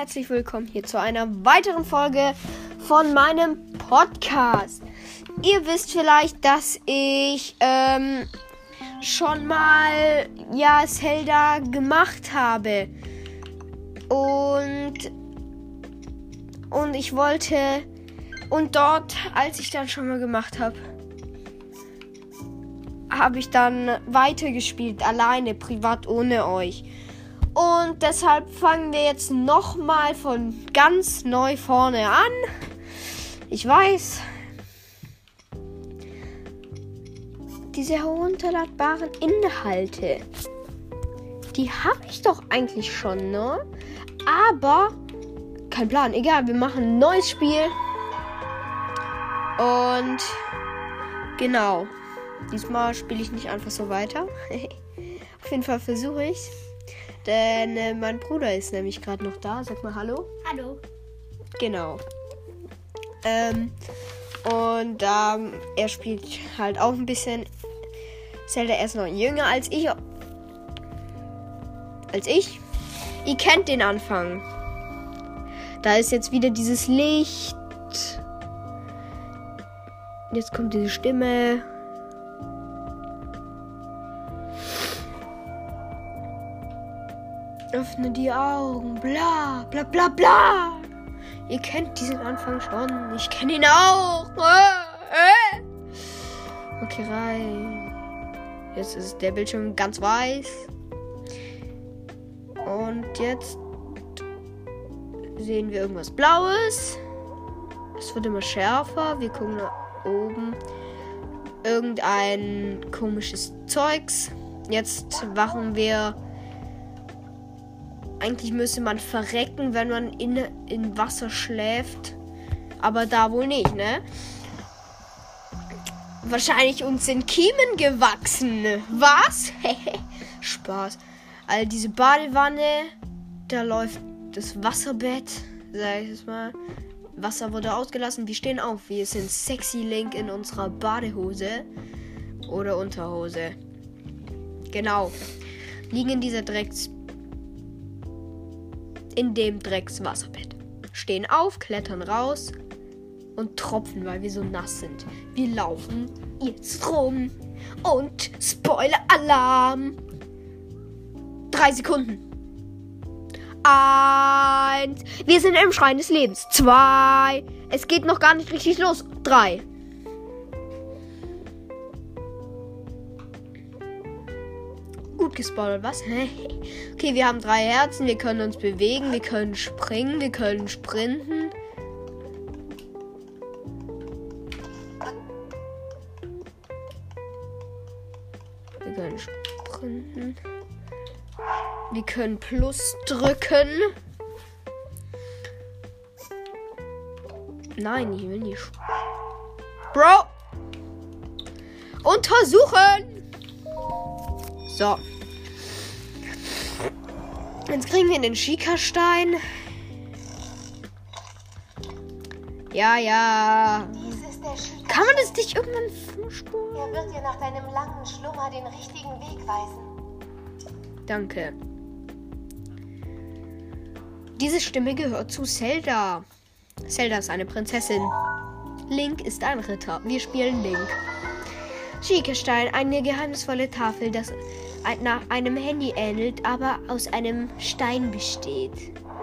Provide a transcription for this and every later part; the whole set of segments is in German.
herzlich willkommen hier zu einer weiteren Folge von meinem Podcast. Ihr wisst vielleicht, dass ich schon mal Zelda gemacht habe. Und ich wollte, und dort, als ich dann schon mal gemacht habe, habe ich dann weitergespielt, alleine, privat, ohne euch. Und deshalb fangen wir jetzt nochmal von ganz neu vorne an. Ich weiß. Diese herunterladbaren Inhalte, die habe ich doch eigentlich schon, ne? Aber kein Plan, egal, wir machen ein neues Spiel. Und genau, diesmal spiele ich nicht einfach so weiter. Auf jeden Fall versuche ich. Denn mein Bruder ist nämlich gerade noch da. Sag mal Hallo. Hallo. Genau. Und er spielt halt auch ein bisschen Zelda. Er ist noch jünger als ich. Ihr kennt den Anfang. Da ist jetzt wieder dieses Licht. Jetzt kommt diese Stimme. Öffne die Augen, bla, bla, bla, bla. Ihr kennt diesen Anfang schon. Ich kenne ihn auch. Okay, rein. Jetzt ist der Bildschirm ganz weiß. Und jetzt sehen wir irgendwas Blaues. Es wird immer schärfer. Wir gucken nach oben. Irgendein komisches Zeugs. Jetzt wachen wir. Eigentlich müsste man verrecken, wenn man in Wasser schläft. Aber da wohl nicht, ne? Wahrscheinlich uns sind Kiemen gewachsen. Was? Spaß. Also diese Badewanne, da läuft das Wasserbett. Sag ich es mal. Wasser wurde ausgelassen. Wir stehen auf. Wir sind sexy Link in unserer Badehose. Oder Unterhose. Genau. Liegen in dem Dreckswasserbett. Stehen auf, klettern raus und tropfen, weil wir so nass sind. Wir laufen jetzt rum und Spoiler-Alarm. 3 Sekunden. 1. Wir sind im Schrein des Lebens. 2. Es geht noch gar nicht richtig los. 3. Gut gespoilert, was? Okay, wir haben 3 Herzen, wir können uns bewegen, wir können springen, wir können sprinten. Wir können sprinten. Wir können Plus drücken. Nein, ich will nicht. Bro! Untersuchen! So. Jetzt kriegen wir den Schikastein. Ja. Dies ist der Schikastein. Kann man das nicht irgendwann vorspulen? Er wird dir nach deinem langen Schlummer den richtigen Weg weisen. Danke. Diese Stimme gehört zu Zelda. Zelda ist eine Prinzessin. Link ist ein Ritter. Wir spielen Link. Schikastein, eine geheimnisvolle Tafel, das nach einem Handy ähnelt, aber aus einem Stein besteht.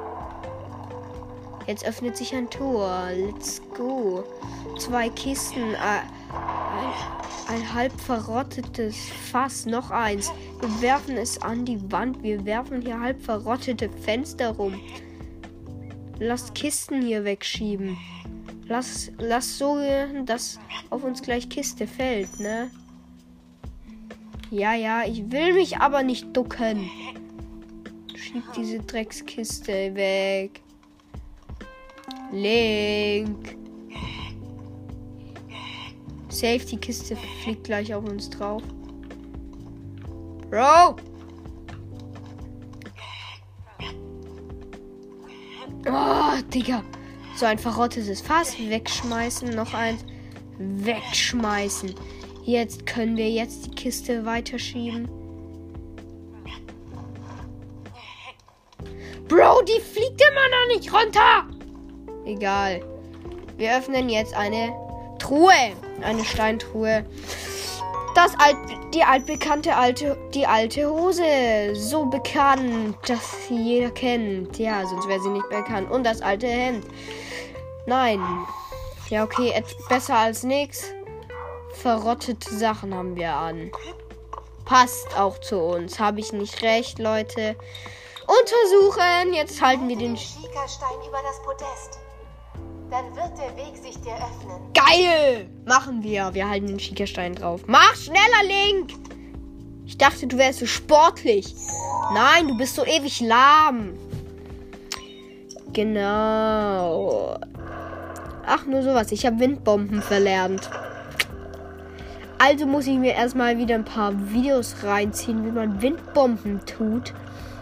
Jetzt öffnet sich ein Tor. Let's go. 2 Kisten. Ein halb verrottetes Fass. Noch eins. Wir werfen es an die Wand. Wir werfen hier halb verrottete Fenster rum. Lasst Kisten hier wegschieben. Lass so, dass auf uns gleich Kiste fällt, ne? Ja, ich will mich aber nicht ducken. Schieb diese Dreckskiste weg. Link. Safe, die Kiste fliegt gleich auf uns drauf. Bro! Oh, Digga. So ein verrottetes Fass. Wegschmeißen. Noch eins. Wegschmeißen. Jetzt können wir die Kiste weiterschieben. Bro, die fliegt immer noch nicht runter. Egal. Wir öffnen jetzt eine Truhe. Eine Steintruhe. Die alte Hose. So bekannt, dass sie jeder kennt. Ja, sonst wäre sie nicht bekannt. Und das alte Hemd. Nein. Ja, okay, besser als nichts. Verrottete Sachen haben wir an. Passt auch zu uns. Habe ich nicht recht, Leute? Untersuchen. Jetzt halten wir den Schiekerstein über das Podest. Dann wird der Weg sich dir öffnen. Geil! Machen wir. Wir halten den Schiekerstein drauf. Mach schneller, Link! Ich dachte, du wärst so sportlich. Nein, du bist so ewig lahm. Genau. Ach, nur sowas. Ich habe Windbomben verlernt. Also muss ich mir erstmal wieder ein paar Videos reinziehen, wie man Windbomben tut.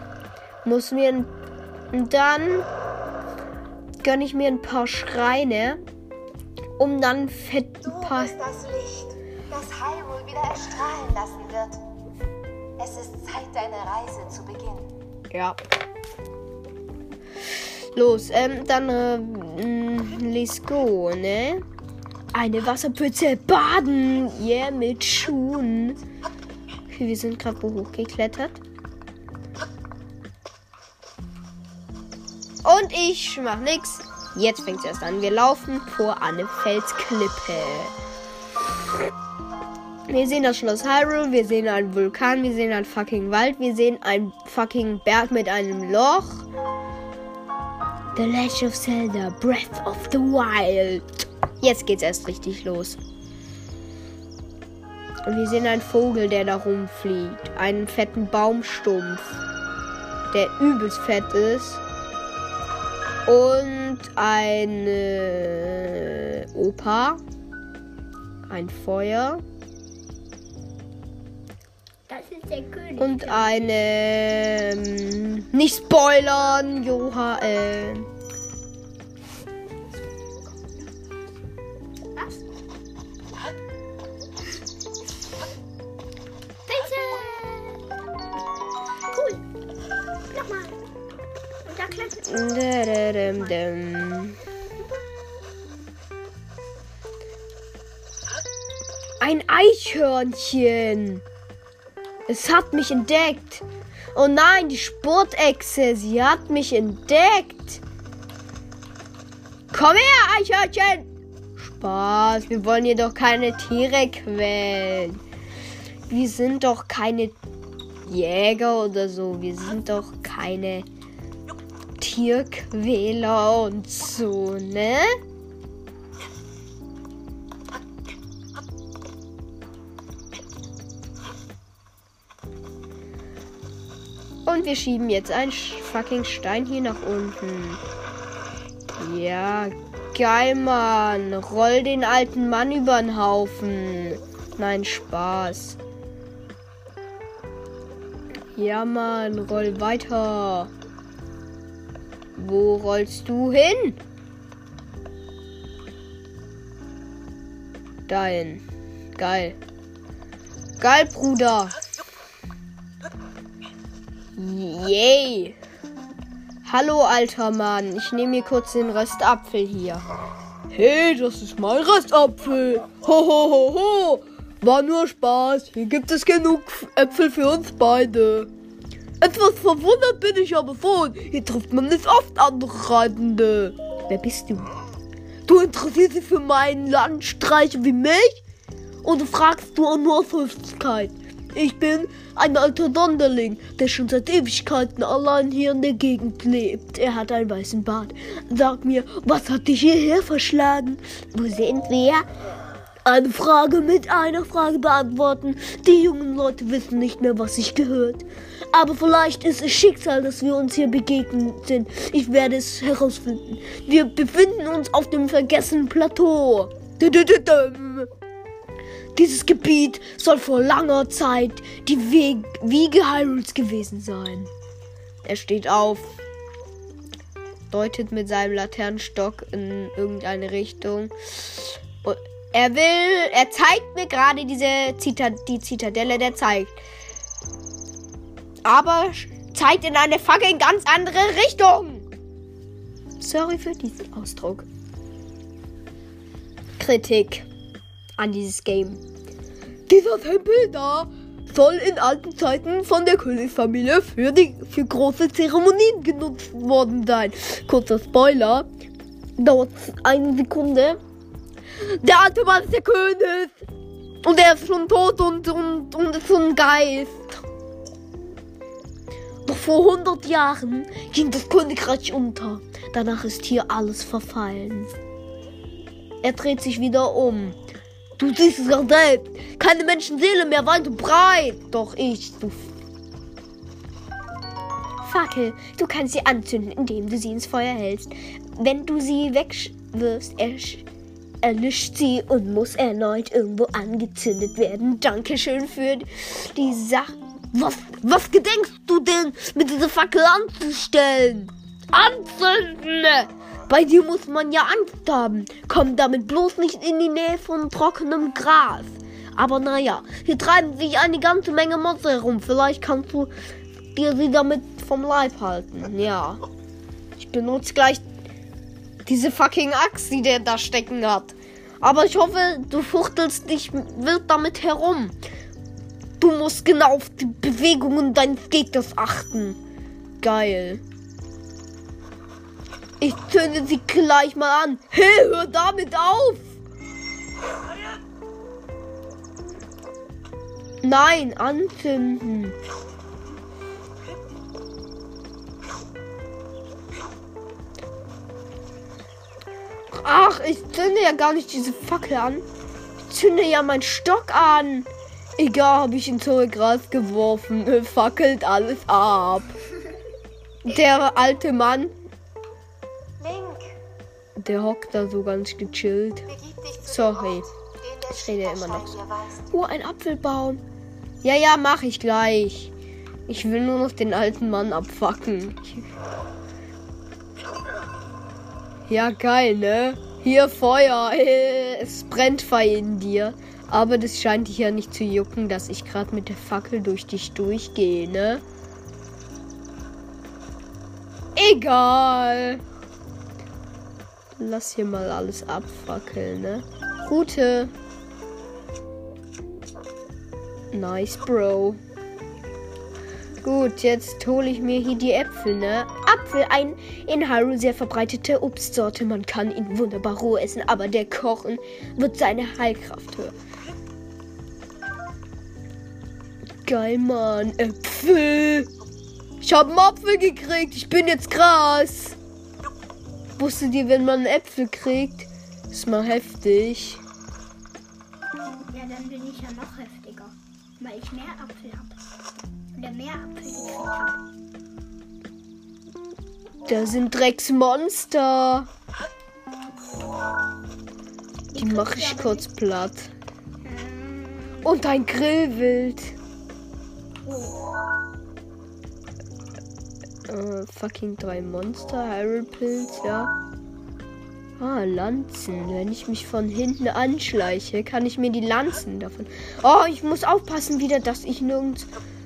Und dann gönne ich mir ein paar Schreine, um dann fett Du bist das Licht, das Hyrule wieder erstrahlen lassen wird. Es ist Zeit, deine Reise zu beginnen. Ja. Los, let's go, ne? Eine Wasserpfütze baden. Yeah, mit Schuhen. Okay, wir sind gerade wo hochgeklettert. Und ich mach nix. Jetzt fängt es erst an. Wir laufen vor eine Felsklippe. Wir sehen das Schloss Hyrule. Wir sehen einen Vulkan. Wir sehen einen fucking Wald. Wir sehen einen fucking Berg mit einem Loch. The Legend of Zelda, Breath of the Wild. Jetzt geht's erst richtig los. Und wir sehen einen Vogel, der da rumfliegt. Einen fetten Baumstumpf, der übelst fett ist. Und eine Oper. Ein Feuer. Das ist der König. Und eine... nicht spoilern, Joha. Was? Bitte! Cool. Nochmal. Und da klettert. Ein Eichhörnchen. Es hat mich entdeckt. Oh nein, die Sportechse. Sie hat mich entdeckt. Komm her, Eichhörnchen. Spaß. Wir wollen hier doch keine Tiere quälen. Wir sind doch keine Jäger oder so. Wir sind doch keine Tierquäler und so, ne? Und wir schieben jetzt einen fucking Stein hier nach unten. Ja, geil, Mann. Roll den alten Mann über den Haufen. Nein, Spaß. Ja, Mann, roll weiter. Wo rollst du hin? Dahin. Geil. Geil, Bruder. Yay. Hallo, alter Mann. Ich nehme mir kurz den Röstapfel hier. Hey, das ist mein Röstapfel. Ho, ho, ho, ho. War nur Spaß. Hier gibt es genug Äpfel für uns beide. Etwas verwundert bin ich aber von. Hier trifft man nicht oft andere Reitende. Wer bist du? Du interessierst dich für meinen Landstreich wie mich? Oder fragst du nur aus Höflichkeit? Ich bin ein alter Sonderling, der schon seit Ewigkeiten allein hier in der Gegend lebt. Er hat einen weißen Bart. Sag mir, was hat dich hierher verschlagen? Wo sind wir? Eine Frage mit einer Frage beantworten. Die jungen Leute wissen nicht mehr, was sich gehört. Aber vielleicht ist es Schicksal, dass wir uns hier begegnet sind. Ich werde es herausfinden. Wir befinden uns auf dem vergessenen Plateau. Dieses Gebiet soll vor langer Zeit die Wiege Hyrules gewesen sein. Er steht auf, deutet mit seinem Laternenstock in irgendeine Richtung. Und er zeigt mir gerade die Zitadelle, der zeigt. Aber zeigt in eine fucking ganz andere Richtung. Sorry für diesen Ausdruck. Kritik an dieses Game. Dieser Tempel da soll in alten Zeiten von der Königsfamilie für große Zeremonien genutzt worden sein. Kurzer Spoiler. Dauert eine Sekunde. Der alte Mann ist der König. Und er ist schon tot und ist so ein Geist. Doch vor 100 Jahren ging das Königreich unter. Danach ist hier alles verfallen. Er dreht sich wieder um. Du siehst es ja selbst. Keine Menschenseele mehr, weit und breit. Doch ich, du Fackel. Du kannst sie anzünden, indem du sie ins Feuer hältst. Wenn du sie wegwirfst, erlischt sie und muss erneut irgendwo angezündet werden. Dankeschön für die Sache. Was gedenkst du denn, mit dieser Fackel anzustellen? Anzünden! Bei dir muss man ja Angst haben. Komm damit bloß nicht in die Nähe von trockenem Gras. Aber naja, hier treiben sich eine ganze Menge Monster herum. Vielleicht kannst du dir sie damit vom Leib halten. Ja. Ich benutze gleich diese fucking Axt, die der da stecken hat. Aber ich hoffe, du fuchtelst dich wild damit herum. Du musst genau auf die Bewegungen deines Gegners achten. Geil. Ich zünde sie gleich mal an. Hey, hör damit auf! Nein, anzünden. Ach, ich zünde ja gar nicht diese Fackel an. Ich zünde ja meinen Stock an. Egal, habe ich ins hohe Gras geworfen. Fackelt alles ab. Der alte Mann. Link. Der hockt da so ganz gechillt. Begib dich zu Sorry. dem Ort, den der Ich rede ja immer noch. Schilderschein dir weist. Oh, ein Apfelbaum. Ja, mach ich gleich. Ich will nur noch den alten Mann abfacken. Ja, geil, ne? Hier Feuer. Es brennt Feuer in dir. Aber das scheint dich ja nicht zu jucken, dass ich gerade mit der Fackel durch dich durchgehe, ne? Egal. Lass hier mal alles abfackeln, ne? Route. Nice, Bro. Gut, jetzt hole ich mir hier die Äpfel, ne? Apfel, ein in Hyrule sehr verbreitete Obstsorte. Man kann ihn wunderbar roh essen, aber der Kochen wird seine Heilkraft höher. Geil, Mann. Äpfel. Ich habe einen Apfel gekriegt. Ich bin jetzt krass. Wusstet ihr, wenn man einen Äpfel kriegt, ist mal heftig. Ja, dann bin ich ja noch heftiger. Weil ich mehr Apfel habe. Oder mehr Apfel gekriegt habe. Da sind Drecksmonster. Die mache ich kurz platt. Und ein Grillwild. Fucking 3 Monster. Hyrule-Pilz, ja. Ah, Lanzen. Wenn ich mich von hinten anschleiche, kann ich mir die Lanzen davon... Oh, ich muss aufpassen wieder, dass ich nirgends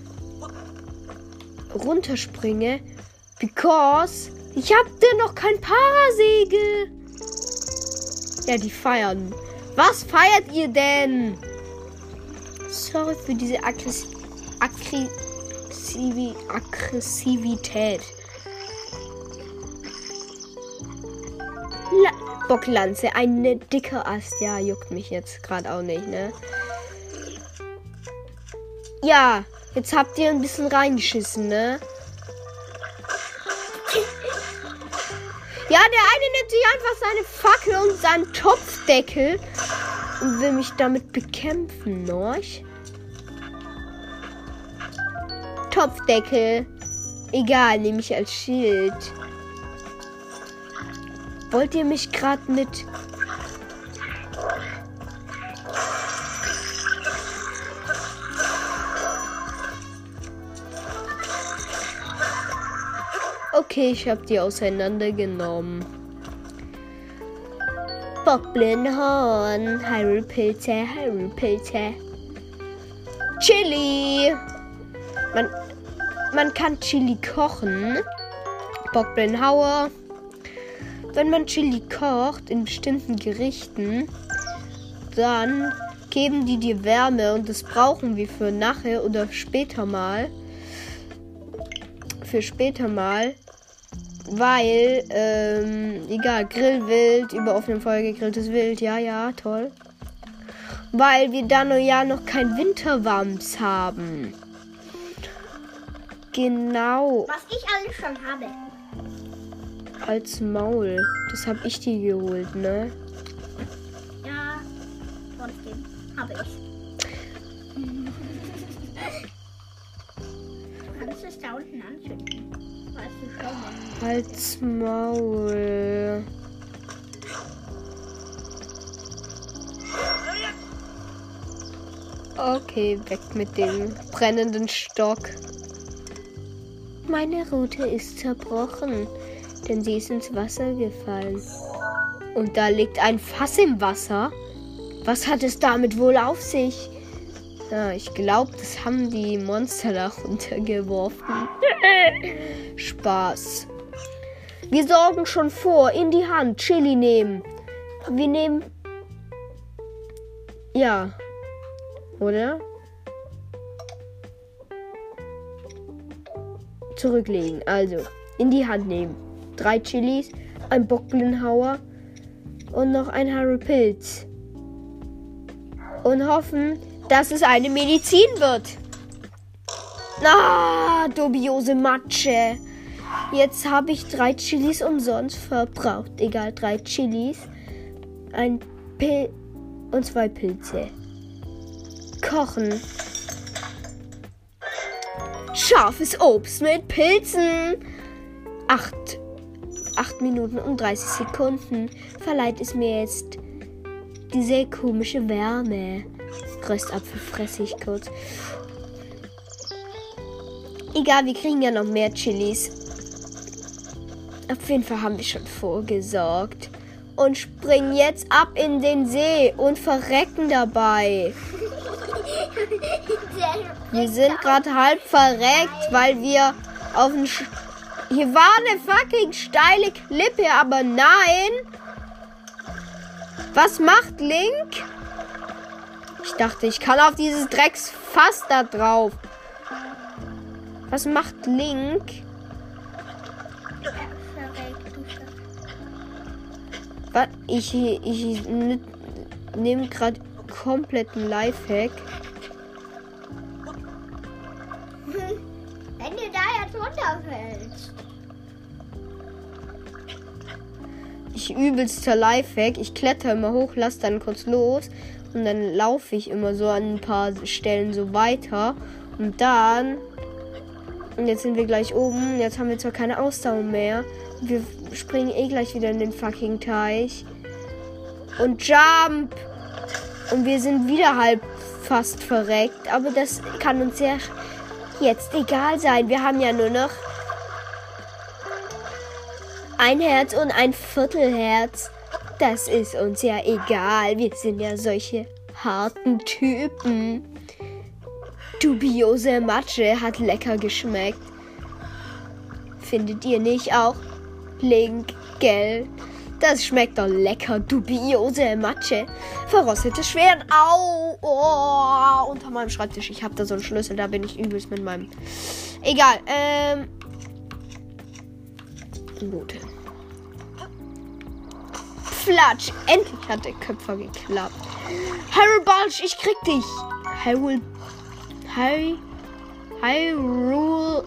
runterspringe. Because ich hab dir noch kein Parasegel. Ja, die feiern. Was feiert ihr denn? Sorry für diese Aggressivität. Bocklanze, eine dicke Ast. Ja, juckt mich jetzt gerade auch nicht, ne? Ja, jetzt habt ihr ein bisschen reingeschissen, ne? Ja, der eine nimmt sich einfach seine Fackel und seinen Topfdeckel und will mich damit bekämpfen, ne? Topfdeckel. Egal, nehme ich als Schild. Wollt ihr mich gerade mit... Okay, ich habe die auseinandergenommen. Bockblindhorn, Hyrule-Pilze, Hyrule-Pilze. Chili. man kann Chili kochen. Bockblindhauer. Wenn man Chili kocht in bestimmten Gerichten, dann geben die dir Wärme und das brauchen wir für nachher oder später mal. Für später mal. Weil, egal, Grillwild, über offenem Feuer gegrilltes Wild, ja, toll. Weil wir dann ja noch kein Winterwams haben. Genau. Was ich alles schon habe. Als Maul. Das habe ich dir geholt, ne? Ja, trotzdem habe ich. Du kannst es da unten anzünden. Weißt du schon, Als Maul. Okay, weg mit dem brennenden Stock. Meine Rute ist zerbrochen, denn sie ist ins Wasser gefallen. Und da liegt ein Fass im Wasser. Was hat es damit wohl auf sich? Ja, ich glaube, das haben die Monster da runtergeworfen. Spaß. Wir sorgen schon vor. In die Hand. Chili nehmen. Wir nehmen... Ja. Oder? Zurücklegen. Also, in die Hand nehmen. 3 Chilis, ein Bockblindhauer und noch ein Harry-Pilz. Und hoffen, dass es eine Medizin wird. Dubiose Matsche. Jetzt habe ich 3 Chilis umsonst verbraucht. Egal, 3 Chilis. Ein Pilz und 2 Pilze. Kochen. Scharfes Obst mit Pilzen. 8 Minuten und 30 Sekunden verleiht es mir jetzt diese komische Wärme. Röstapfel fresse ich kurz. Egal, wir kriegen ja noch mehr Chilis. Auf jeden Fall haben wir schon vorgesorgt. Und springen jetzt ab in den See und verrecken dabei. Wir sind gerade halb verreckt, weil wir auf den... Hier war eine fucking steile Klippe, aber nein. Was macht Link? Ich dachte, ich kann auf dieses Drecksfass da drauf. Was macht Link? Was? Ich nehme gerade kompletten Lifehack. Wenn du da jetzt runterfällst. Ich übelster Lifehack. Ich kletter immer hoch, lass dann kurz los und dann laufe ich immer so an ein paar Stellen so weiter und dann... Und jetzt sind wir gleich oben. Jetzt haben wir zwar keine Ausdauer mehr. Wir springen eh gleich wieder in den fucking Teich. Und Jump! Und wir sind wieder halb fast verreckt. Aber das kann uns ja jetzt egal sein. Wir haben ja nur noch ein Herz und ein Viertelherz. Das ist uns ja egal. Wir sind ja solche harten Typen. Dubiose Matsche hat lecker geschmeckt. Findet ihr nicht auch? Link, gell? Das schmeckt doch lecker. Dubiose Matsche. Verrostetes Schwert. Au! Oh, unter meinem Schreibtisch. Ich habe da so einen Schlüssel. Da bin ich übelst mit meinem... Egal. Gut. Flatsch. Endlich hat der Köpfer geklappt. Harry Balch, ich krieg dich. Hyrule.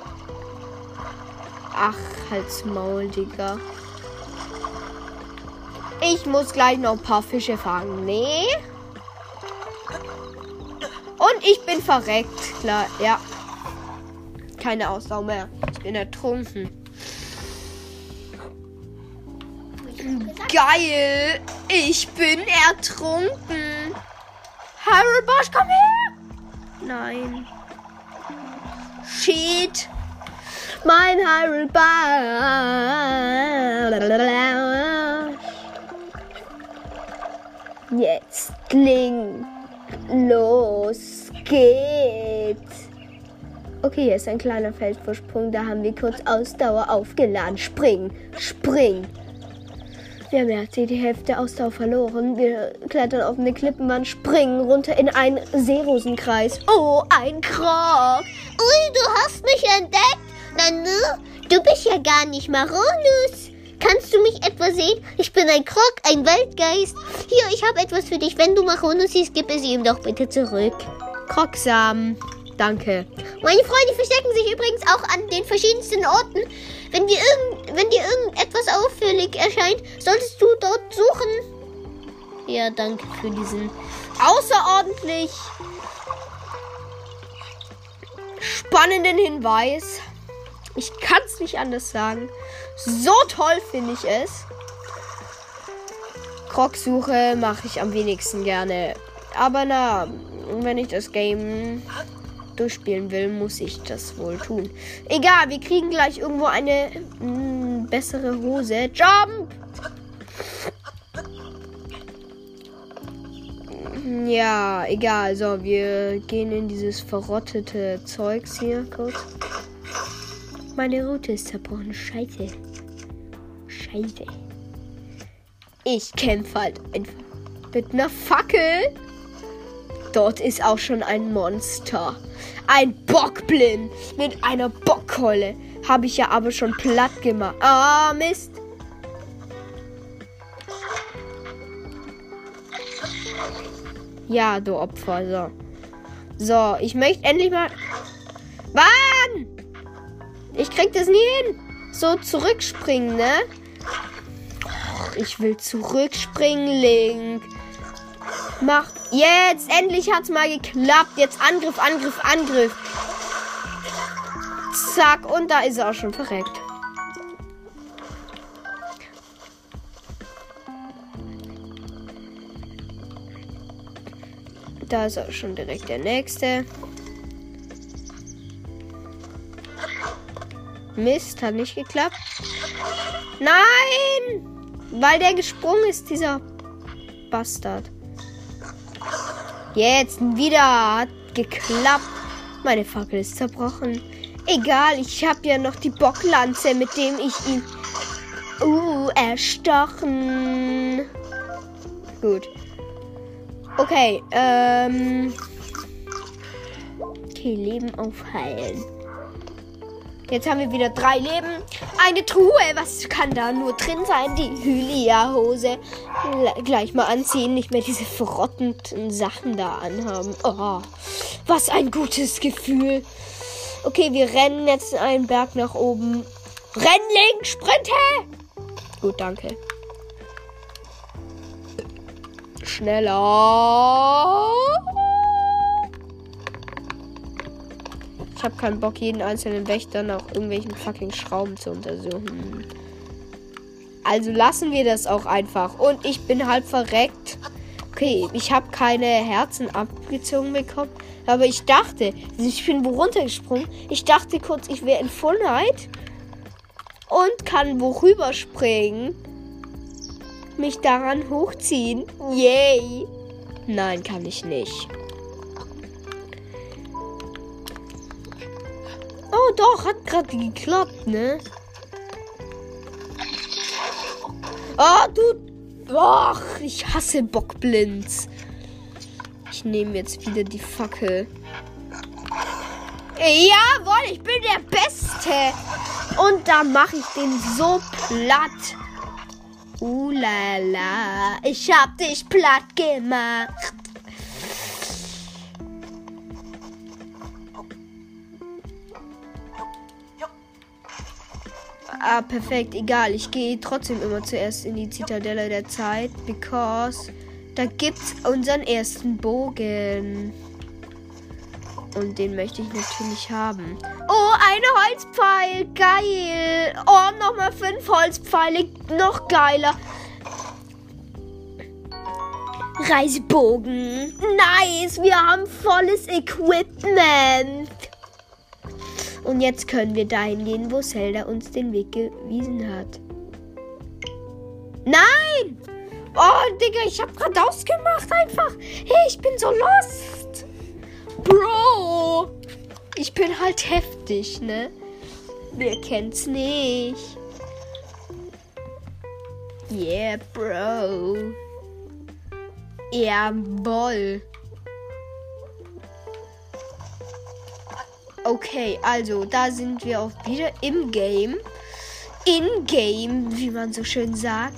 Ach, halt's Maul, Digga. Ich muss gleich noch ein paar Fische fangen. Nee. Und ich bin verreckt. Klar, ja. Keine Ausdauer mehr. Ich bin ertrunken. Geil. Ich bin ertrunken. Harry Bosch, komm her. Nein. Shit. Mein Harry Bosch. Jetzt Link. Los geht's. Okay, hier ist ein kleiner Feldvorsprung. Da haben wir kurz Ausdauer aufgeladen. Spring. Wir haben jetzt die Hälfte Ausdauer verloren. Wir klettern auf eine Klippenwand, springen runter in einen Seerosenkreis. Oh, ein Krog. Ui, du hast mich entdeckt. Nanu, du bist ja gar nicht Maronus. Kannst du mich etwa sehen? Ich bin ein Krog, ein Waldgeist. Hier, ich habe etwas für dich. Wenn du Maronus siehst, gib es ihm doch bitte zurück. Krogsamen. Danke. Meine Freunde verstecken sich übrigens auch an den verschiedensten Orten. Wenn dir irgendetwas auffällig erscheint, solltest du dort suchen. Ja, danke für diesen Außerordentlich spannenden Hinweis. Ich kann es nicht anders sagen. So toll finde ich es. Krogsuche mache ich am wenigsten gerne. Aber na, wenn ich das Game durchspielen will, muss ich das wohl tun. Egal, wir kriegen gleich irgendwo eine bessere Hose. Jump! Ja, egal. So, wir gehen in dieses verrottete Zeugs hier kurz. Meine Route ist zerbrochen. Scheiße. Ich kämpfe halt einfach mit einer Fackel. Dort ist auch schon ein Monster. Ein Bockblind mit einer Bockkeule. Habe ich ja aber schon platt gemacht. Ah, Mist. Ja, du Opfer. So, ich möchte endlich mal... Mann! Ich krieg das nie hin. So, zurückspringen, ne? Ich will zurückspringen, Link. Mach. Jetzt, endlich hat's mal geklappt. Jetzt Angriff. Zack, und da ist er auch schon verreckt. Da ist auch schon direkt der nächste. Mist, hat nicht geklappt. Nein! Weil der gesprungen ist, dieser Bastard. Jetzt wieder. Hat geklappt. Meine Fackel ist zerbrochen. Egal, ich habe ja noch die Bocklanze, mit dem ich ihn... erstochen. Gut. Okay, Okay, Leben aufheilen. Jetzt haben wir wieder 3 Leben. Eine Truhe. Was kann da nur drin sein? Die Hylia-Hose. Gleich mal anziehen. Nicht mehr diese verrottenden Sachen da anhaben. Oh, was ein gutes Gefühl. Okay, wir rennen jetzt einen Berg nach oben. Renn, Link, sprinte! Gut, danke. Schneller. Ich habe keinen Bock, jeden einzelnen Wächter nach irgendwelchen fucking Schrauben zu untersuchen. Also lassen wir das auch einfach. Und ich bin halb verreckt. Okay, ich habe keine Herzen abgezogen bekommen. Aber ich dachte, ich bin wo runtergesprungen. Ich dachte kurz, ich wäre in Fullheit. Und kann wo rüberspringen. Mich daran hochziehen. Yay. Nein, kann ich nicht. Oh doch, hat gerade geklappt, ne? Oh, du... Och, ich hasse Bockblinds. Ich nehme jetzt wieder die Fackel. Jawohl, ich bin der Beste. Und da mache ich den so platt. Lala, ich hab dich platt gemacht. Ah, perfekt, egal. Ich gehe trotzdem immer zuerst in die Zitadelle der Zeit, because da gibt's unseren ersten Bogen. Und den möchte ich natürlich haben. Oh, eine Holzpfeil. Geil. Oh, nochmal 5 Holzpfeile. Noch geiler. Reisebogen. Nice. Wir haben volles Equipment. Und jetzt können wir dahin gehen, wo Zelda uns den Weg gewiesen hat. Nein. Oh, Digga, ich hab gerade ausgemacht einfach. Hey, ich bin so lost. Bro! Ich bin halt heftig, ne? Wer kennt's nicht? Yeah, Bro. Jawohl. Okay, also da sind wir auch wieder im Game. In-Game, wie man so schön sagt.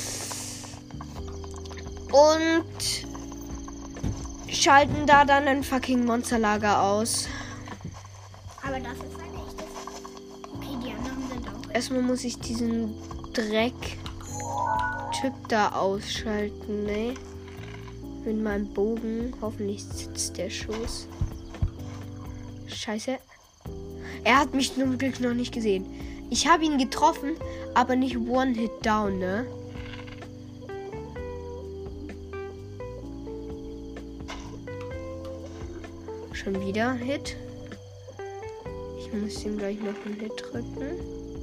Und schalten da dann ein fucking Monsterlager aus. Aber das ist ein echtes. Okay, die anderen sind auch. Erstmal muss ich diesen Dreck-Typ da ausschalten, ne? Mit meinem Bogen. Hoffentlich sitzt der Schuss. Scheiße. Er hat mich zum Glück noch nicht gesehen. Ich habe ihn getroffen, aber nicht One-Hit-Down, ne? Schon wieder Hit. Ich muss ihm gleich noch einen Hit drücken.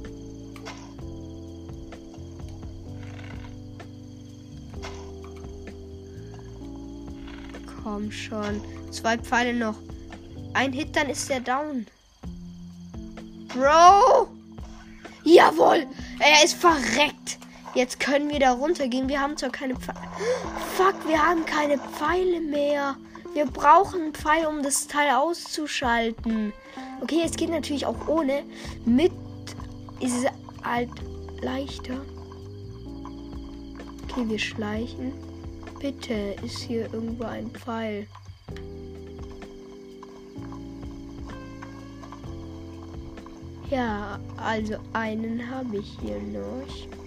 Komm schon. 2 Pfeile noch. Ein Hit, dann ist er down. Bro! Jawohl! Er ist verreckt. Jetzt können wir da runtergehen. Wir haben zwar keine Pfeile. Fuck, wir haben keine Pfeile mehr. Wir brauchen einen Pfeil, um das Teil auszuschalten. Okay, es geht natürlich auch ohne. Mit ist es halt leichter. Okay, wir schleichen. Bitte, ist hier irgendwo ein Pfeil? Ja, also einen habe ich hier noch.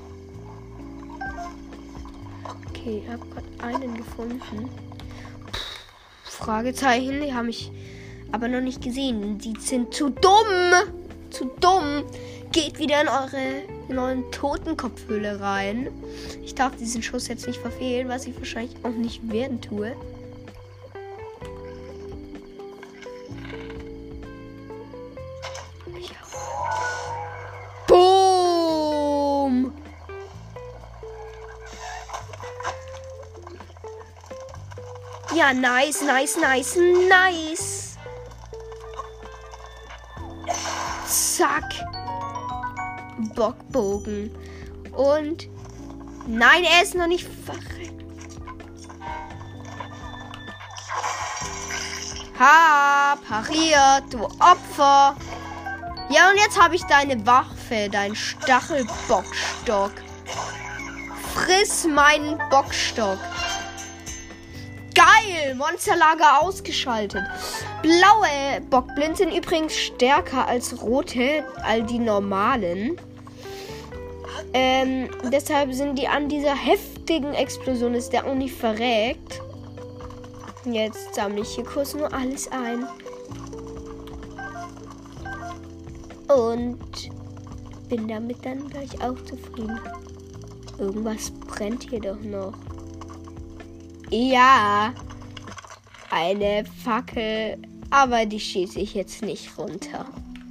Okay, ich habe gerade einen gefunden. Fragezeichen, die haben mich aber noch nicht gesehen. Die sind zu dumm. Zu dumm. Geht wieder in euren Totenkopfhöhle rein. Ich darf diesen Schuss jetzt nicht verfehlen, was ich wahrscheinlich auch nicht werden tue. Boom! Ja, nice, nice, nice, nice. Zack. Bockbogen. Und nein, er ist noch nicht verreckt. Ha, pariert, du Opfer. Ja, und jetzt habe ich deine Waffe, deinen Stachelbockstock. Friss meinen Bockstock. Geil! Monsterlager ausgeschaltet. Blaue Bockblind sind übrigens stärker als rote, all die normalen. Deshalb sind die an dieser heftigen Explosion, ist der auch nicht verreckt. Jetzt sammle ich hier kurz nur alles ein. Und bin damit dann gleich auch zufrieden. Irgendwas brennt hier doch noch. Ja, eine Fackel, aber die schieße ich jetzt nicht runter.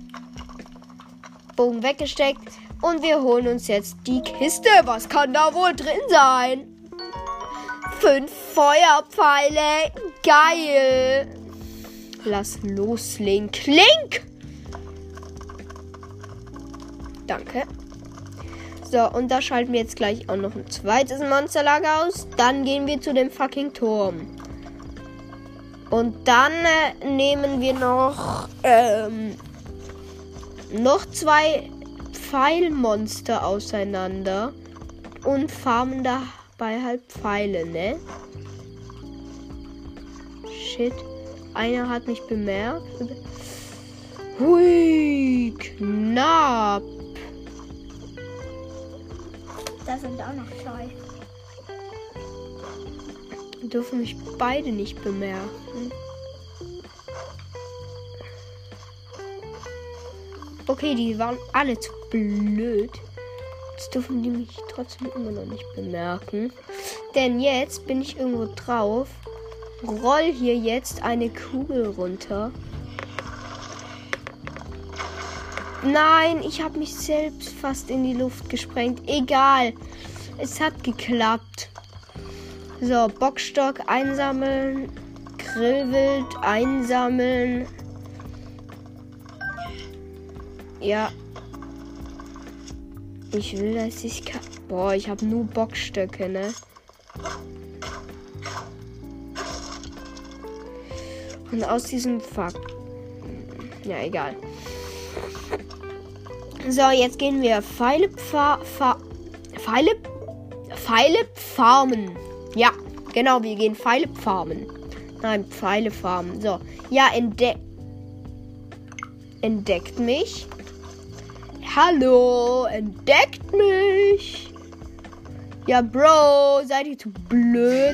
Bogen weggesteckt und wir holen uns jetzt die Kiste. Was kann da wohl drin sein? 5 Feuerpfeile. Geil. Lass los, Link. Link! Danke. So, und da schalten wir jetzt gleich auch noch ein zweites Monsterlager aus. Dann gehen wir zu dem fucking Turm. Und dann nehmen wir noch 2 Pfeilmonster auseinander. Und farmen dabei halt Pfeile, ne? Shit. Einer hat mich bemerkt. Hui, knapp. Da sind auch noch 2. Dürfen mich beide nicht bemerken. Okay, die waren alle zu blöd. Jetzt dürfen die mich trotzdem immer noch nicht bemerken. Denn jetzt bin ich irgendwo drauf. Roll hier jetzt eine Kugel runter. Nein, ich habe mich selbst fast in die Luft gesprengt. Egal. Es hat geklappt. So, Bockstock einsammeln. Grillwild einsammeln. Ja. Ich will, dass ich kann. Boah, ich habe nur Bockstöcke, ne? Und aus diesem Fuck. Ja, egal. So, jetzt gehen wir Pfeile farmen. Ja, genau, wir gehen Pfeile farmen. Nein, Pfeile farmen. So, ja, entdeckt mich. Hallo, entdeckt mich. Ja, Bro, seid ihr zu blöd?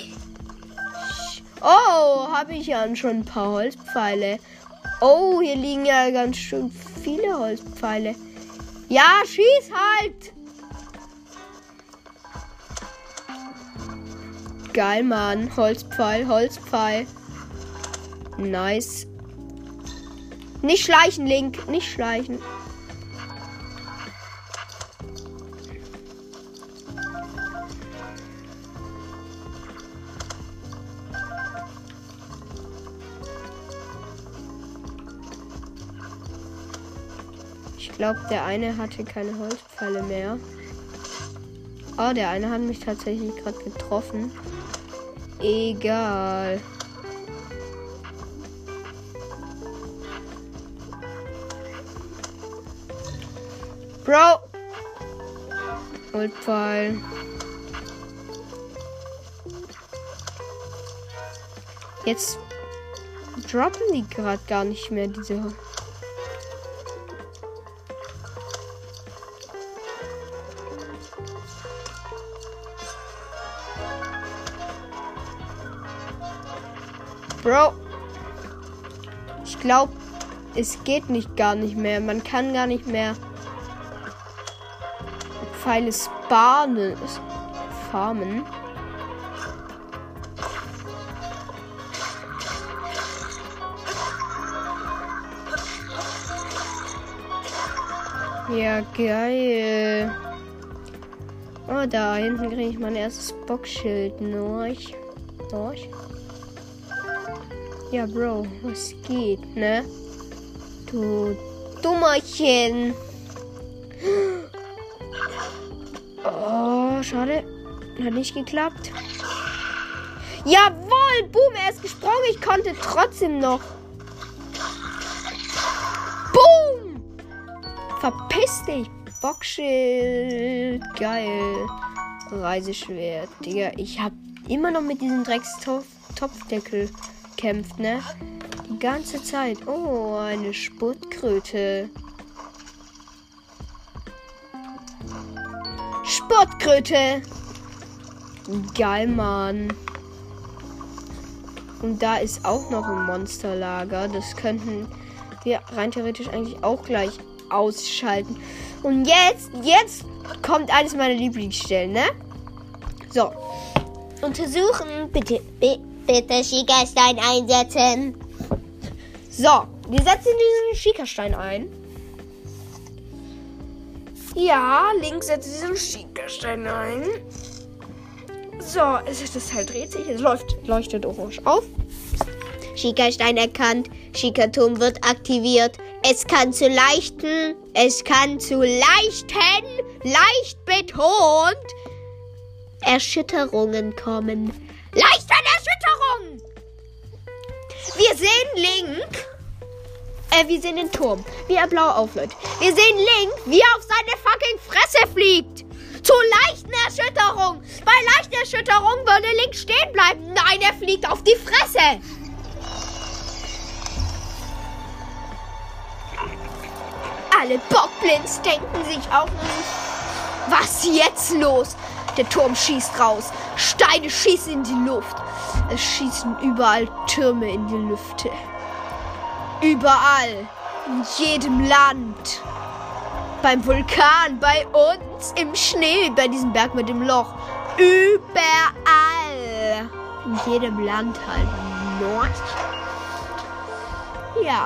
Oh, habe ich ja schon ein paar Holzpfeile. Oh, hier liegen ja ganz schön viele Holzpfeile. Ja, schieß halt! Geil, Mann. Holzpfeil, Holzpfeil. Nice. Nicht schleichen, Link. Nicht schleichen. Ich glaube, der eine hatte keine Holzpfeile mehr. Oh, der eine hat mich tatsächlich gerade getroffen. Egal. Bro! Holzpfeil. Jetzt droppen die gerade gar nicht mehr, diese. Bro, ich glaube, es geht gar nicht mehr. Man kann gar nicht mehr Pfeile farmen. Ja, geil. Oh, da hinten kriege ich mein erstes Boxschild. Norch. Ja, Bro, was geht, ne? Du Dummerchen. Oh, schade. Hat nicht geklappt. Jawohl, boom, er ist gesprungen. Ich konnte trotzdem noch. Boom! Verpiss dich. Boxschild. Geil. Reiseschwert. Digga, ich hab immer noch mit diesem Dreckstopfdeckel kämpft, ne? Die ganze Zeit. Oh, eine Spottkröte. Spottkröte. Geil, Mann. Und da ist auch noch ein Monsterlager. Das könnten wir rein theoretisch eigentlich auch gleich ausschalten. Und jetzt kommt eines meiner Lieblingsstellen, ne? So. Untersuchen, bitte. Bitte Schickerstein einsetzen. So, wir setzen diesen Schickerstein ein. Ja, Link setzt diesen Schickerstein ein. So, das Teil dreht sich, es leuchtet orange auf. Schickerstein erkannt. Schickerturm wird aktiviert. Es kann zu leichten, leicht betont, Erschütterungen kommen. Leichte Erschütterung! Wir sehen Link. Wir sehen den Turm, wie er blau aufläuft. Wir sehen Link, wie er auf seine fucking Fresse fliegt. Zu leichten Erschütterung. Bei leichten Erschütterung würde Link stehen bleiben. Nein, er fliegt auf die Fresse. Alle Bockblins denken sich auch nicht, was ist jetzt los? Der Turm schießt raus. Steine schießen in die Luft. Es schießen überall Türme in die Lüfte. Überall. In jedem Land. Beim Vulkan, bei uns, im Schnee, bei diesem Berg mit dem Loch. Überall. In jedem Land halt. Nord. Ja.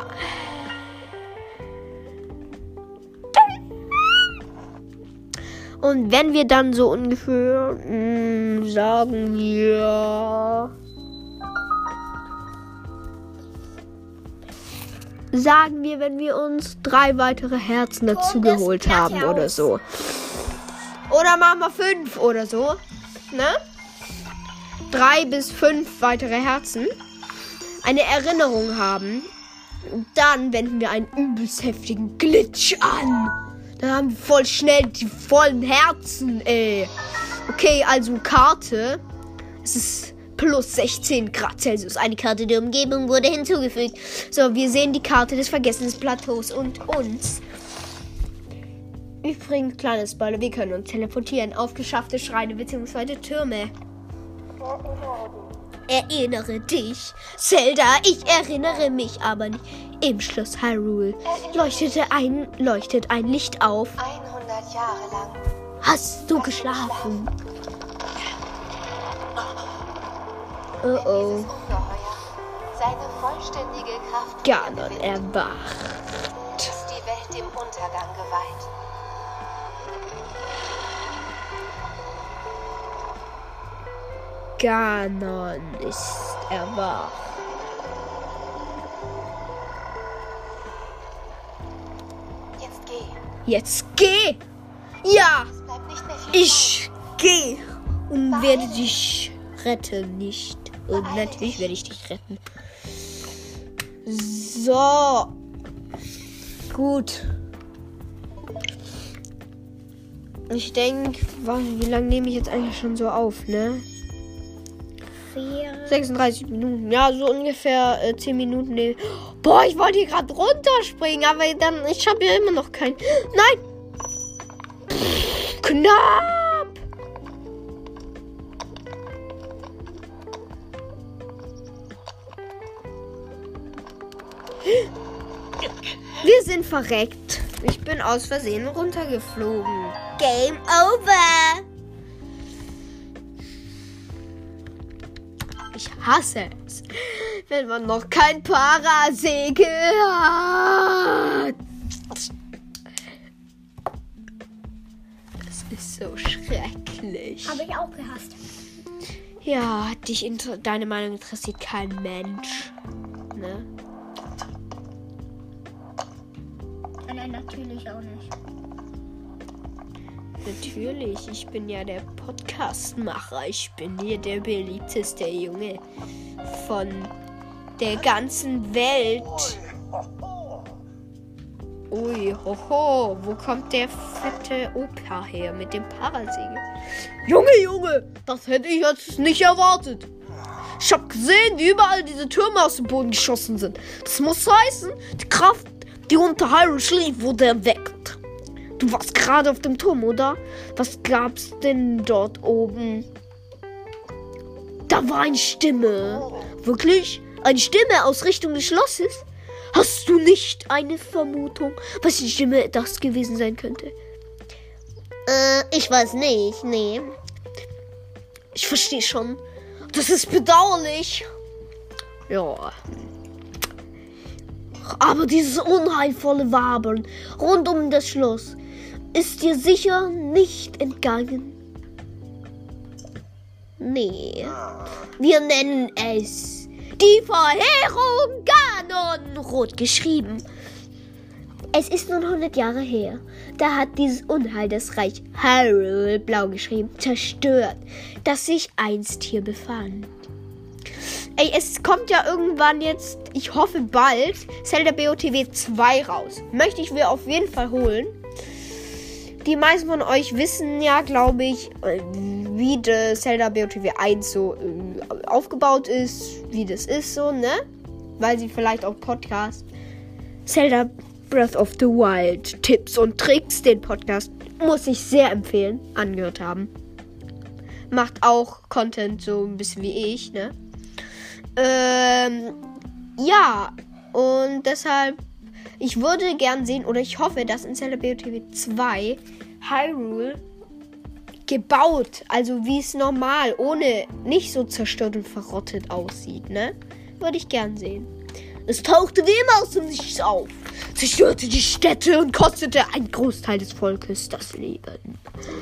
Und wenn wir dann so ungefähr, sagen wir, sagen wir, wenn wir uns 3 weitere Herzen dazu geholt haben oder so. Oder machen wir 5 oder so. Ne? 3 bis 5 weitere Herzen. Eine Erinnerung haben. Und dann wenden wir einen übelst heftigen Glitch an. Dann haben wir voll schnell die vollen Herzen, ey. Okay, also Karte. Es ist plus 16 Grad Celsius. Eine Karte der Umgebung wurde hinzugefügt. So, wir sehen die Karte des Vergessensplateaus und uns. Übrigens, kleines Spoiler, wir können uns teleportieren auf geschaffte Schreine bzw. Türme. Erinnere dich, Zelda, ich erinnere mich aber nicht. Im Schloss Hyrule leuchtet ein Licht auf. 100 Jahre lang. Hast du geschlafen? Oh Wenn oh. dieses Ungeheuer seine vollständige Kraft Ganon gewinnt, erwacht. ist die Welt dem Untergang geweiht. Ganon ist erwacht. Jetzt geh. Jetzt geh! Ja! Es bleibt nicht mehr viel Ich gehe und werde dich retten, nicht. Und natürlich werde ich dich retten. So. Gut. Ich denke, wie lange nehme ich jetzt eigentlich schon so auf, ne? 36 Minuten. Ja, so ungefähr 10 Minuten. Boah, ich wollte hier gerade runterspringen, aber dann, ich habe ja immer noch keinen. Nein! Knapp! Wir sind verreckt. Ich bin aus Versehen runtergeflogen. Game over. Ich hasse es, wenn man noch kein Parasegel hat. Das ist so schrecklich. Habe ich auch gehasst. Ja, deine Meinung interessiert kein Mensch. Ne? Nein, natürlich auch nicht. Natürlich, ich bin ja der Podcastmacher. Ich bin hier der beliebteste Junge von der ganzen Welt. Ui, hoho, wo kommt der fette Opa her mit dem Parasegel? Junge, das hätte ich jetzt nicht erwartet. Ich habe gesehen, wie überall diese Türme aus dem Boden geschossen sind. Das muss heißen, die Kraft, die unter Hyrule schlief, wurde erweckt. Du warst gerade auf dem Turm, oder? Was gab's denn dort oben? Da war eine Stimme. Wirklich? Eine Stimme aus Richtung des Schlosses? Hast du nicht eine Vermutung, was die Stimme das gewesen sein könnte? Ich weiß nicht, nee. Ich verstehe schon. Das ist bedauerlich. Ja. Aber dieses unheilvolle Wabern rund um das Schloss ist dir sicher nicht entgangen. Nee. Wir nennen es die Verheerung Ganon, rot geschrieben. Es ist nun 100 Jahre her. Da hat dieses Unheil das Reich Hyrule, blau geschrieben, zerstört, das sich einst hier befand. Ey, es kommt ja irgendwann jetzt, ich hoffe bald, Zelda BOTW 2 raus. Möchte ich mir auf jeden Fall holen. Die meisten von euch wissen ja, glaube ich, wie das Zelda BOTW 1 so aufgebaut ist, wie das ist so, ne? Weil sie vielleicht auch Podcast Zelda Breath of the Wild Tipps und Tricks, den Podcast, muss ich sehr empfehlen, angehört haben. Macht auch Content so ein bisschen wie ich, ne? Ja, und deshalb, ich würde gern sehen, oder ich hoffe, dass in Zelda BOTW 2 Hyrule gebaut, also wie es normal, ohne, nicht so zerstört und verrottet aussieht, ne? Würde ich gern sehen. Es tauchte wie immer aus dem Nichts auf, zerstörte die Städte und kostete einen Großteil des Volkes das Leben.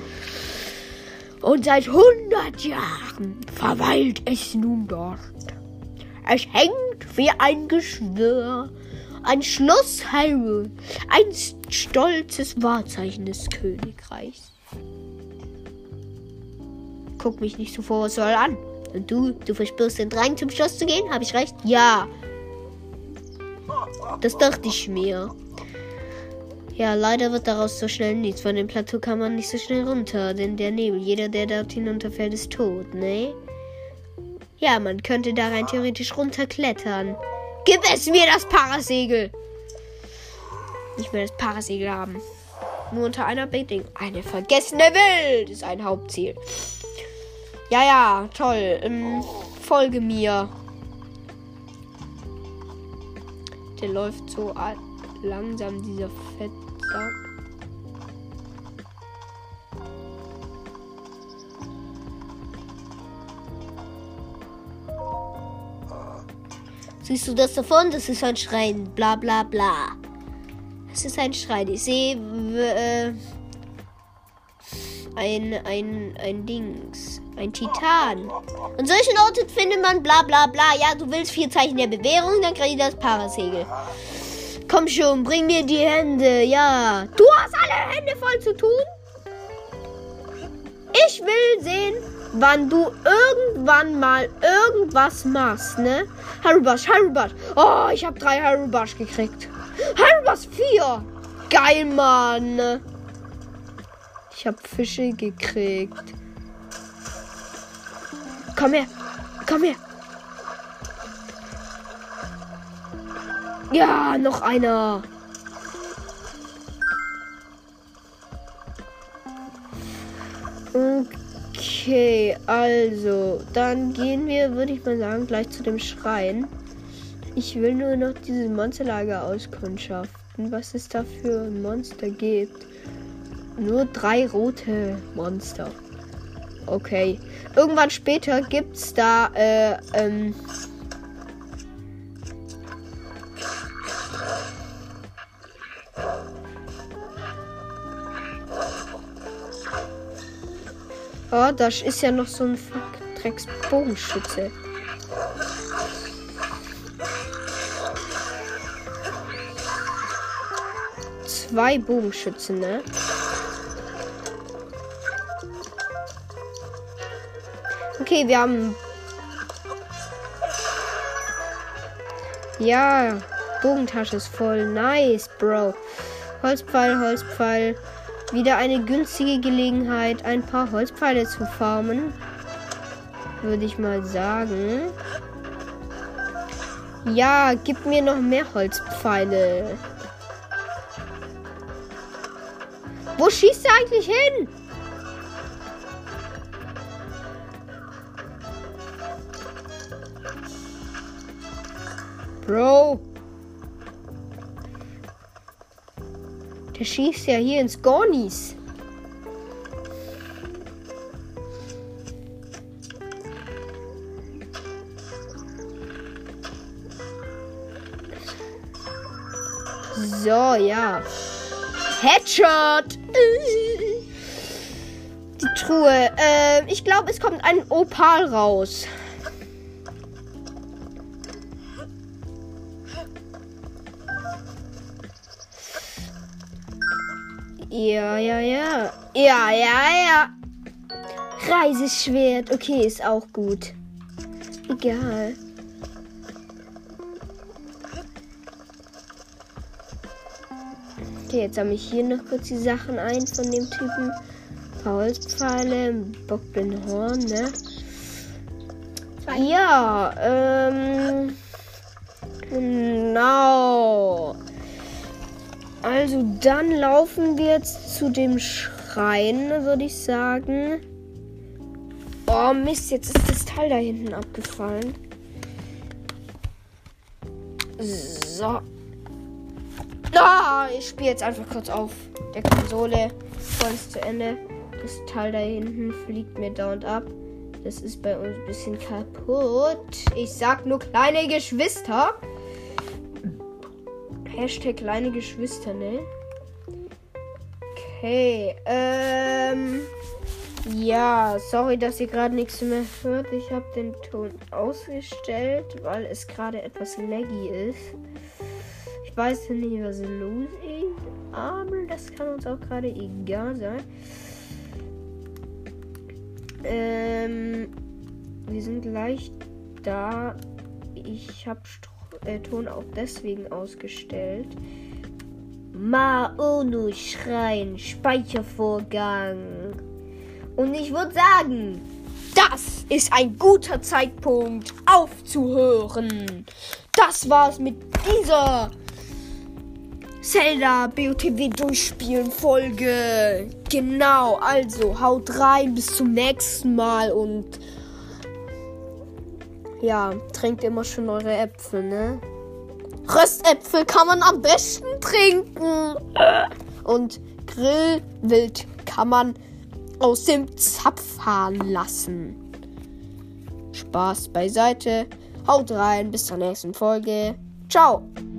Und seit 100 Jahren verweilt es nun dort. Es hängt wie ein Geschwür ein Schloss Hyrule. Ein stolzes Wahrzeichen des Königreichs. Guck mich nicht so vorwurfsvoll an. Und du verspürst den Drang, zum Schloss zu gehen? Habe ich recht? Ja. Das dachte ich mir. Ja, leider wird daraus so schnell nichts. Von dem Plateau kann man nicht so schnell runter, denn der Nebel, jeder, der dort hinunterfällt, ist tot, ne? Ja, man könnte da rein theoretisch runterklettern. Gib es mir, das Parasegel! Ich will das Parasegel haben. Nur unter einer Bedingung. Eine vergessene Welt ist ein Hauptziel. Ja, toll. Folge mir. Der läuft so langsam, dieser Fettsack. Siehst du das davon? Das ist ein Schrein. Bla bla bla. Das ist ein Schrein. Ich sehe ein Dings. Ein Titan. An solchen Orten findet man bla bla bla. Ja, du willst 4 Zeichen der Bewährung, dann krieg ich das Parasegel. Komm schon, bring mir die Hände. Ja. Du hast alle Hände voll zu tun? Ich will sehen, wann du irgendwann mal irgendwas machst, ne? Harubash. Oh, ich habe 3 Harubash gekriegt. Harubash 4. Geil, Mann. Ich habe Fische gekriegt. Komm her. Ja, noch einer. Okay, also, dann gehen wir, würde ich mal sagen, gleich zu dem Schrein. Ich will nur noch dieses Monsterlager auskundschaften, was es da für Monster gibt. Nur 3 rote Monster. Okay. Irgendwann später gibt's da, oh, das ist ja noch so ein Drecksbogenschütze. Zwei Bogenschützen, ne? Okay, wir haben... Ja, Bogentasche ist voll. Nice, Bro. Holzpfeil. Wieder eine günstige Gelegenheit, ein paar Holzpfeile zu farmen. Würde ich mal sagen. Ja, gib mir noch mehr Holzpfeile. Wo schießt er eigentlich hin? Bro. Der schießt ja hier ins Gornis. So, ja. Headshot. Die Truhe. Ich glaube, es kommt ein Opal raus. Ja. Reiseschwert. Okay, ist auch gut. Egal. Okay, jetzt sammle ich hier noch kurz die Sachen ein von dem Typen. Ein paar Holzpfeile, Bockblindhorn, ne? Ja, genau. Also dann laufen wir jetzt zu dem Schrein, würde ich sagen. Oh Mist, jetzt ist das Teil da hinten abgefallen. So. Ich spiele jetzt einfach kurz auf der Konsole. Voll ist zu Ende. Das Teil da hinten fliegt mir dauernd ab. Das ist bei uns ein bisschen kaputt. Ich sag nur kleine Geschwister. Hashtag kleine Geschwister, ne? Okay, ja, sorry, dass ihr gerade nichts mehr hört. Ich habe den Ton ausgestellt, weil es gerade etwas laggy ist. Ich weiß nicht, was los ist, aber das kann uns auch gerade egal sein. Wir sind gleich da. Ich habe Ton auch deswegen ausgestellt. Maono schreien, Speichervorgang. Und ich würde sagen, das ist ein guter Zeitpunkt aufzuhören. Das war's mit dieser Zelda BOTW durchspielen Folge. Genau, also haut rein, bis zum nächsten Mal und ja, trinkt immer schon eure Äpfel, ne? Röstäpfel kann man am besten trinken. Und Grillwild kann man aus dem Zapf fahren lassen. Spaß beiseite. Haut rein, bis zur nächsten Folge. Ciao.